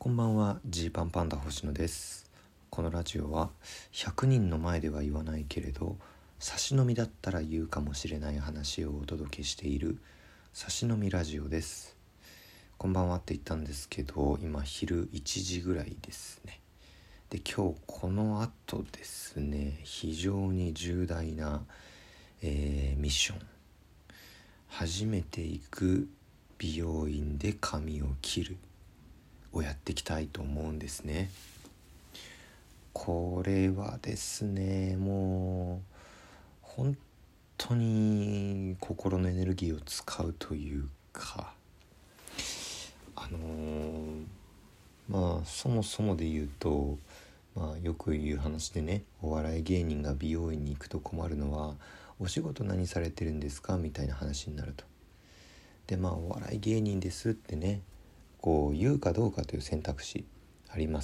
こんばんは、ジーパンパンダ星野です。このラジオは100人の前では言わないけれど差し飲みだったら言うかもしれない話をお届けしている差し飲みラジオです。こんばんはって言ったんですけど、今昼1時ぐらいですね。で、今日この後ですね、非常に重大な、ミッション、初めて行く美容院で髪を切るをやっていきたいと思うんですね。これはですね、もう本当に心のエネルギーを使うというか、そもそもで言うと、よく言う話でね、お笑い芸人が美容院に行くと困るのは、お仕事何されてるんですかみたいな話になると。で、お笑い芸人ですってね、こう言うかどうかという選択肢あります。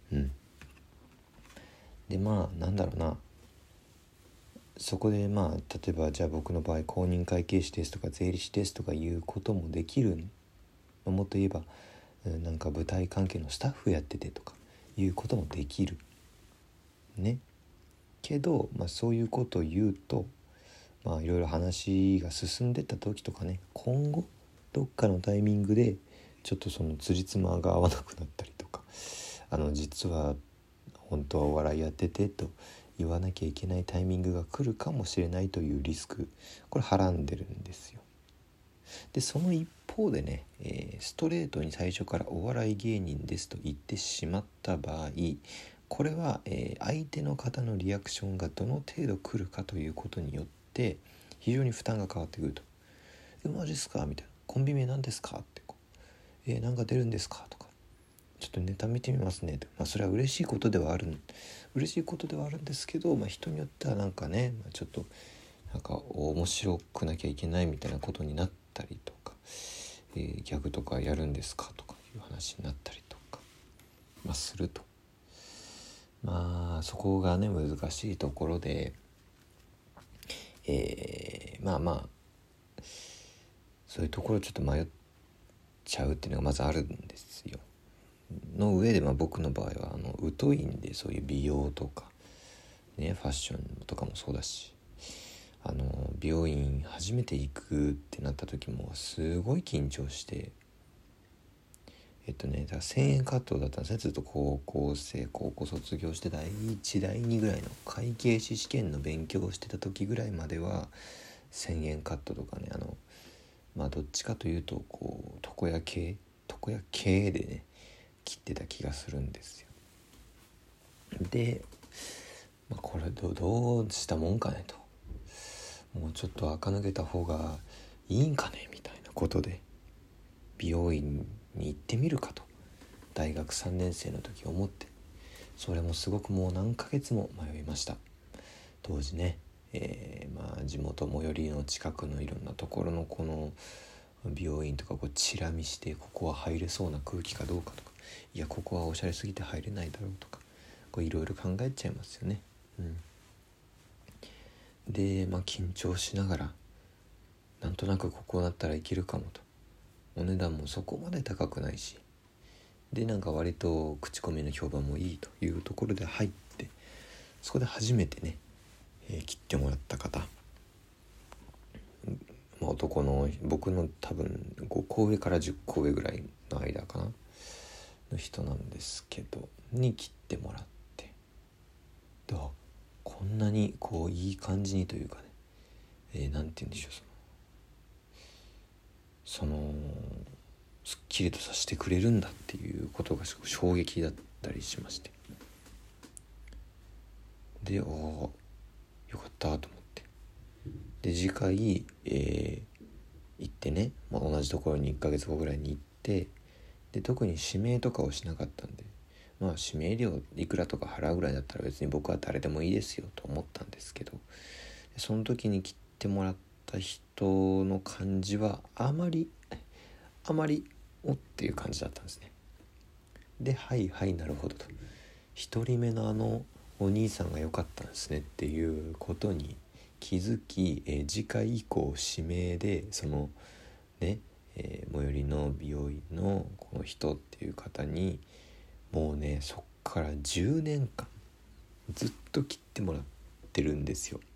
で、なんだろうな、そこで例えばじゃあ僕の場合公認会計士ですとか税理士ですとかいうこともできる。もっと言えばなんか舞台関係のスタッフやっててとかいうこともできるね。けど、そういうことを言うといろいろ話が進んでった時とかね、今後どっかのタイミングでちょっとその辻褄が合わなくなったりとか、実は本当はお笑いやっててと言わなきゃいけないタイミングが来るかもしれないというリスク、これはらんでるんですよ。でその一方でね、ストレートに最初からお笑い芸人ですと言ってしまった場合、これは、相手の方のリアクションがどの程度来るかということによって非常に負担が変わってくると。マジっすかみたいな、コンビ名なんですかってなんか出るんですかとか、ちょっとネタ見てみますねと。それは嬉しいことではあるんですけど、人によってはなんかね、ちょっとなんか面白くなきゃいけないみたいなことになったりとか、ギャグとかやるんですかとかいう話になったりとか、すると、そこがね難しいところで、そういうところちょっと迷っちゃうっていうのがまずあるんですよ。の上で僕の場合は疎いんで、そういう美容とかね、ファッションとかもそうだし、美容院初めて行くってなった時もすごい緊張して、だから1000円カットだったんですね。ずっと高校卒業して第1第2ぐらいの会計士試験の勉強をしてた時ぐらいまでは1000円カットとかね、どっちかというと床屋系でね切ってた気がするんですよ。で、これどうしたもんかねと、もうちょっと垢抜けた方がいいんかねみたいなことで美容院に行ってみるかと大学3年生の時思って、それもすごくもう何ヶ月も迷いました。当時ね、地元最寄りの近くのいろんなところのこの美容院とかチラ見して、ここは入れそうな空気かどうかとか、いやここはおしゃれすぎて入れないだろうとか、いろいろ考えちゃいますよね。で緊張しながらなんとなくここだったらいけるかもと、お値段もそこまで高くないし、で割と口コミの評判もいいというところで入って、そこで初めてね、切ってもらった方、男の僕の多分5個上から10個上ぐらいの間かなの人なんですけどに切ってもらって、でこんなにいい感じにというかね、なんて言うんでしょう、そのすっきりとさせてくれるんだっていうことがすごく衝撃だったりしまして、でよかったと思って、で次回、行ってね、同じところに1ヶ月後ぐらいに行って、で特に指名とかをしなかったんで、指名料いくらとか払うぐらいだったら別に僕は誰でもいいですよと思ったんですけど、その時に切ってもらった人の感じはあまりおっていう感じだったんですね。ではいなるほどと、一人目のお兄さんが良かったんですねっていうことに気づき、次回以降指名でそのね、 最寄りの美容院のこの人っていう方にもうねそっから10年間ずっと切ってもらってるんですよ。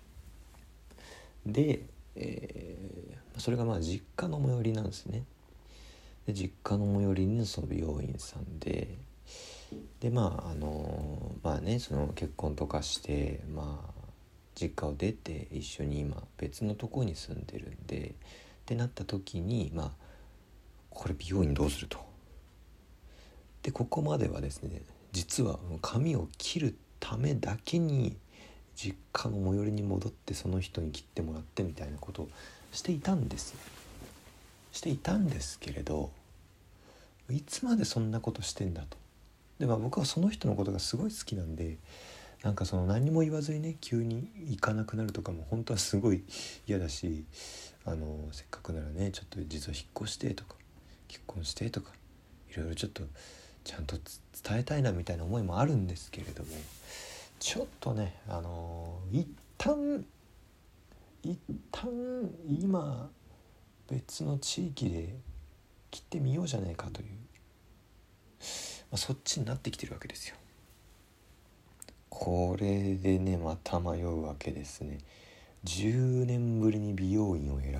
で、それがまあ実家の最寄りなんですね。で実家の最寄りにその美容院さんでまあねその結婚とかして実家を出て一緒に今別のとこに住んでるんでってなった時にこれ美容院どうすると。でここまではですね実は髪を切るためだけに実家の最寄りに戻ってその人に切ってもらってみたいなことをしていたんですけれど、いつまでそんなことしてんだと。で僕はその人のことがすごい好きなんでその何も言わずにね急に行かなくなるとかも本当はすごい嫌だし、せっかくならねちょっと実は引っ越してとか結婚してとかいろいろちょっとちゃんと伝えたいなみたいな思いもあるんですけれども、ちょっとね一旦今別の地域で切ってみようじゃないかという、そっちになってきてるわけですよ。これでねまた迷うわけですね。10年ぶりに美容院を選ぶって、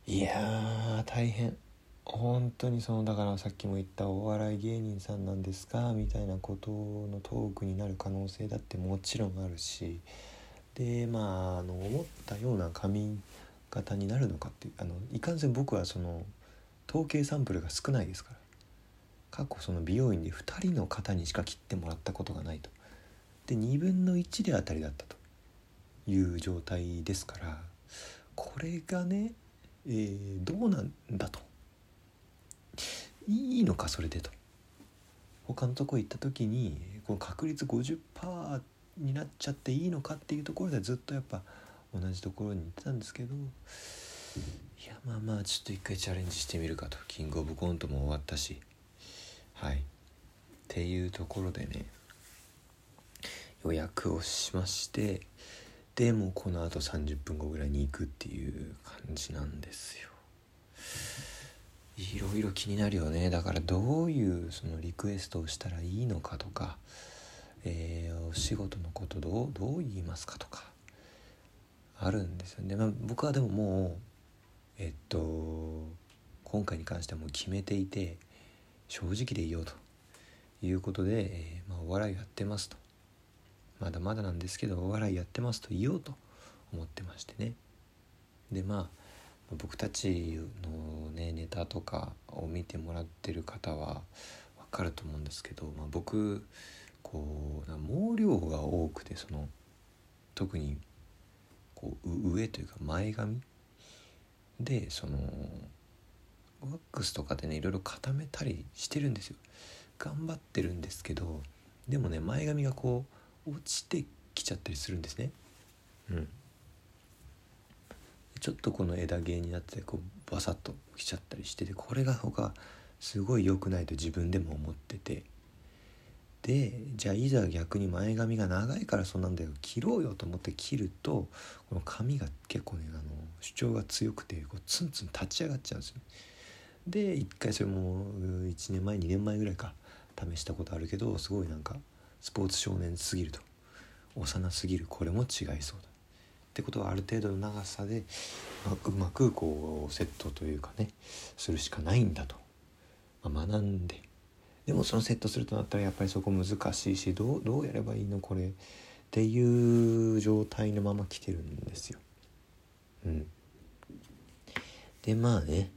いや大変。本当にだからさっきも言ったお笑い芸人さんなんですかみたいなことのトークになる可能性だってもちろんあるし、で思ったような髪型になるのかっていかんせん僕は統計サンプルが少ないですから、過去美容院で2人の方にしか切ってもらったことがないと。で2分の1で当たりだったという状態ですから、これがね、どうなんだと、いいのかそれでと。他のとこ行った時にこの確率 50% になっちゃっていいのかっていうところでずっとやっぱ同じところに行ってたんですけど、いやちょっと一回チャレンジしてみるかと。キングオブコントも終わったしっていうところでね予約をしまして、でもうこのあと30分後ぐらいに行くっていう感じなんですよ。いろいろ気になるよね。だからどういうリクエストをしたらいいのかとか、お仕事のことどう言いますかとかあるんですよね。僕はでももう今回に関してはもう決めていて、正直でいようということで、お笑いやってますと、まだまだなんですけどお笑いやってますと言おうと思ってましてね。で僕たちのねネタとかを見てもらってる方は分かると思うんですけど、僕毛量が多くて特に上というか前髪でワックスとかでねいろいろ固めたりしてるんですよ。頑張ってるんですけど、でもね前髪が落ちてきちゃったりするんですね。ちょっとこの枝毛になってバサッときちゃったりしてて、これがすごい良くないと自分でも思ってて、でじゃあいざ逆に前髪が長いからそうなんだよ切ろうよと思って切ると、この髪が結構ね主張が強くてツンツン立ち上がっちゃうんですよ。で一回それも1年前2年前ぐらいか試したことあるけど、すごいスポーツ少年すぎると、幼すぎる、これも違いそうだってことはある程度の長さでうまくセットというかねするしかないんだと、学んで、でもそのセットするとなったらやっぱりそこ難しいし、どうやればいいのこれっていう状態のまま来てるんですよ。でね、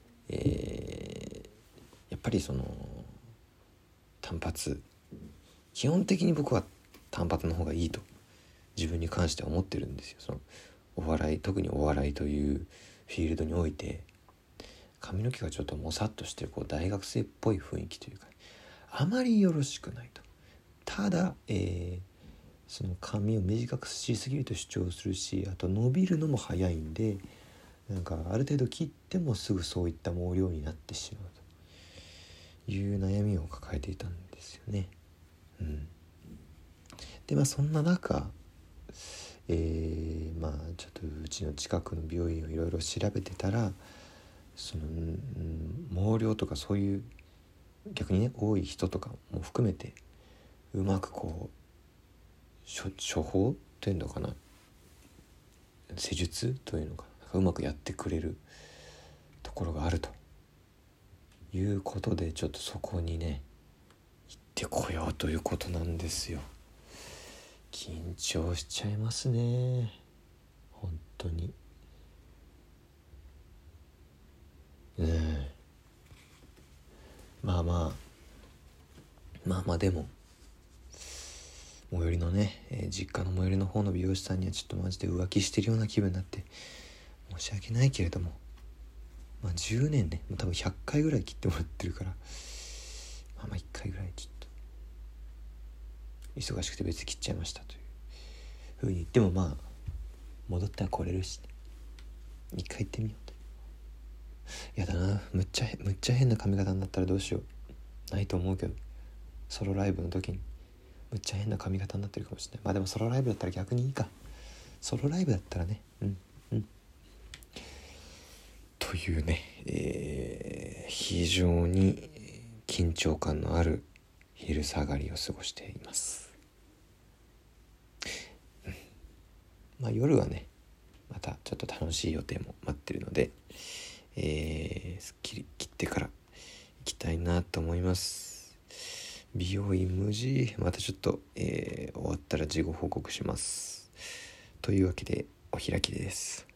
やっぱり単発、基本的に僕は単発の方がいいと自分に関しては思ってるんですよ。お笑い、特にお笑いというフィールドにおいて髪の毛がちょっともさっとして大学生っぽい雰囲気というかあまりよろしくないと。ただ、その髪を短くしすぎると主張するし、あと伸びるのも早いんである程度切ってもすぐそういった毛量になってしまうという悩みを抱えていたんですよね。でそんな中まあちょっとうちの近くの病院をいろいろ調べてたら、その毛量とかそういう逆にね多い人とかも含めてうまくこう処方というのかな、施術というのかうまくやってくれるところがあるということで、ちょっとそこにね行ってこようということなんですよ。緊張しちゃいますね本当に。まあでも最寄りのね、実家の最寄りの方の美容師さんにはちょっとマジで浮気してるような気分になって申し訳ないけれども、10年ね多分100回ぐらい切ってもらってるから、1回ぐらいちょっと忙しくて別に切っちゃいましたというふうに言っても、戻ったら来れるし、一回行ってみようと。やだな、むっちゃ変な髪型になったらどうしよう。ないと思うけど、ソロライブの時にむっちゃ変な髪型になってるかもしれない。でもソロライブだったら逆にいいか。ソロライブだったらね、というね、非常に緊張感のある昼下がりを過ごしています。夜はねまたちょっと楽しい予定も待ってるので、すっきり切ってから行きたいなと思います。美容院無事またちょっと、終わったら事後報告します。というわけでお開きです。